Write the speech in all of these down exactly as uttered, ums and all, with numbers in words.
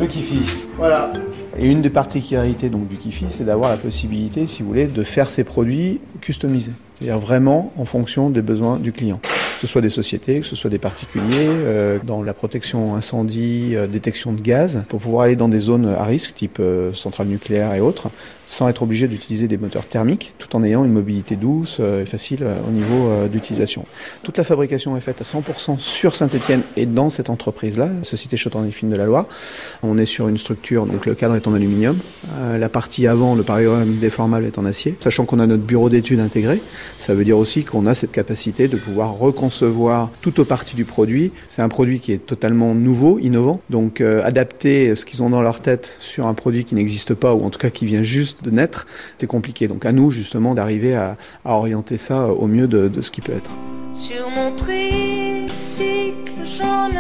Le Kifi. Voilà. Et une des particularités donc, du Kifi, c'est d'avoir la possibilité, si vous voulez, de faire ces produits customisés. C'est-à-dire vraiment en fonction des besoins du client. Que ce soit des sociétés, que ce soit des particuliers, euh, dans la protection incendie, euh, détection de gaz, pour pouvoir aller dans des zones à risque, type euh, centrales nucléaires et autres, sans être obligé d'utiliser des moteurs thermiques, tout en ayant une mobilité douce euh, et facile euh, au niveau euh, d'utilisation. Toute la fabrication est faite à cent pour cent sur Saint-Étienne et dans cette entreprise-là, Société Chaudron-et-Fines de la Loire. On est sur une structure, donc le cadre est en aluminium, euh, la partie avant, le parieurème déformable est en acier, sachant qu'on a notre bureau d'études intégré. Ça veut dire aussi qu'on a cette capacité de pouvoir reconcevoir toutes aux parties du produit. C'est un produit qui est totalement nouveau, innovant, donc euh, adapter ce qu'ils ont dans leur tête sur un produit qui n'existe pas, ou en tout cas qui vient juste de naître, c'est compliqué. Donc à nous justement d'arriver à, à orienter ça au mieux de, de ce qui peut être. Sur mon tricycle jaune,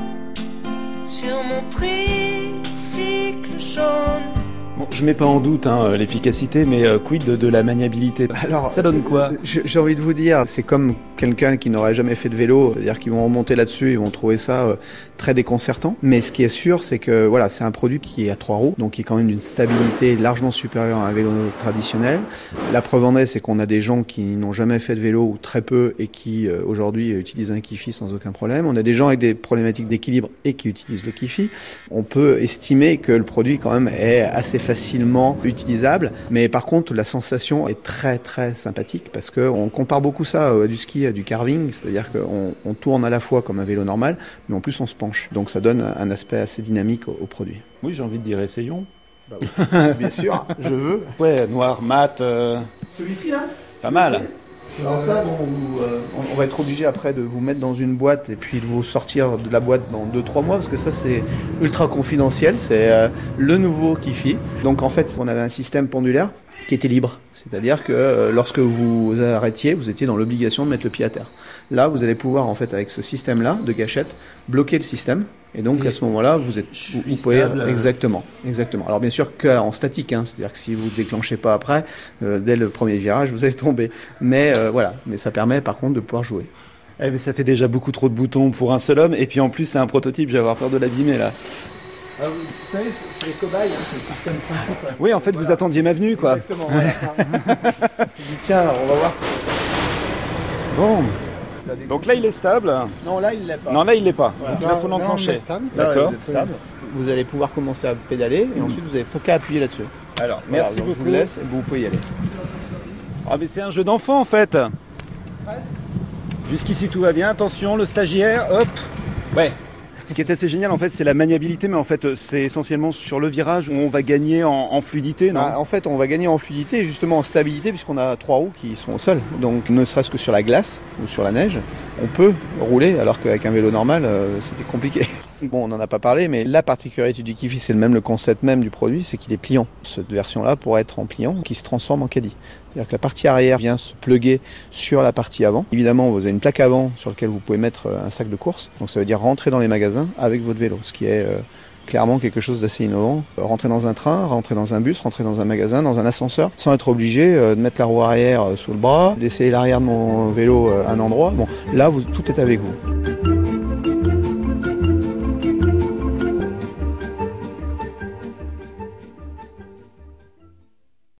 sur mon tricycle jaune. Bon, je mets pas en doute hein, l'efficacité, mais euh, quid de, de la maniabilité? Alors, ça donne quoi? J'ai envie de vous dire, c'est comme quelqu'un qui n'aurait jamais fait de vélo, c'est-à-dire qu'ils vont remonter là-dessus, ils vont trouver ça euh, très déconcertant. Mais ce qui est sûr, c'est que voilà, c'est un produit qui est à trois roues, donc qui est quand même d'une stabilité largement supérieure à un vélo traditionnel. La preuve en est, c'est qu'on a des gens qui n'ont jamais fait de vélo ou très peu et qui euh, aujourd'hui utilisent un Kifi sans aucun problème. On a des gens avec des problématiques d'équilibre et qui utilisent le Kifi. On peut estimer que le produit quand même est assez facilement utilisable, mais par contre la sensation est très très sympathique parce qu'on compare beaucoup ça à du ski, à du carving, c'est-à-dire qu'on on tourne à la fois comme un vélo normal, mais en plus on se penche, donc ça donne un aspect assez dynamique au, au produit. Oui, j'ai envie de dire essayons. Bah oui. Bien sûr, je veux. Ouais, noir, mat. Euh... Celui-ci là. Pas mal. Alors ça, bon, vous, euh, on va être obligé après de vous mettre dans une boîte et puis de vous sortir de la boîte dans deux trois mois parce que ça c'est ultra confidentiel, c'est euh, le nouveau Kifi. Donc en fait on avait un système pendulaire qui était libre, c'est-à-dire que euh, lorsque vous arrêtiez, vous étiez dans l'obligation de mettre le pied à terre. Là vous allez pouvoir en fait avec ce système-là de gâchette bloquer le système. Et donc et à ce moment-là, vous êtes, vous, vous pouvez stable. exactement, exactement. Alors bien sûr qu'en statique, hein, c'est-à-dire que si vous ne déclenchez pas après, euh, dès le premier virage, vous allez tomber. Mais euh, voilà, mais ça permet par contre de pouvoir jouer. Eh mais ça fait déjà beaucoup trop de boutons pour un seul homme. Et puis en plus, c'est un prototype. Je vais avoir peur de l'abîmer là. Ah, vous, vous savez, c'est les cobayes, hein, c'est le système principe. Ouais. Oui, en fait, voilà. Vous attendiez ma venue, quoi. Exactement. Voilà, je me suis dit tiens, on va voir. Bon. Donc là il est stable. Non là il l'est pas. Non là il l'est pas. Voilà. Donc là il faut l'enclencher. D'accord. Vous êtes stable. Vous allez pouvoir commencer à pédaler et ensuite vous avez pas qu'à appuyer là-dessus. Alors voilà, merci beaucoup. Je vous laisse et vous pouvez y aller. Ah mais c'est un jeu d'enfant en fait. Jusqu'ici tout va bien. Attention le stagiaire. Hop. Ouais. Ce qui est assez génial en fait c'est la maniabilité, mais en fait c'est essentiellement sur le virage où on va gagner en, en fluidité, non? Ah, en fait on va gagner en fluidité et justement en stabilité puisqu'on a trois roues qui sont au sol. Donc ne serait-ce que sur la glace ou sur la neige, on peut rouler alors qu'avec un vélo normal euh, c'était compliqué. Bon on n'en a pas parlé mais la particularité du Kifi, c'est le même le concept même du produit, c'est qu'il est pliant. Cette version-là pourrait être en pliant qui se transforme en caddie. C'est-à-dire que la partie arrière vient se plugger sur la partie avant. Évidemment, vous avez une plaque avant sur laquelle vous pouvez mettre un sac de course. Donc ça veut dire rentrer dans les magasins avec votre vélo, ce qui est euh, clairement quelque chose d'assez innovant. Rentrer dans un train, rentrer dans un bus, rentrer dans un magasin, dans un ascenseur, sans être obligé euh, de mettre la roue arrière euh, sous le bras, d'essayer l'arrière de mon vélo euh, à un endroit. Bon, là, vous, tout est avec vous.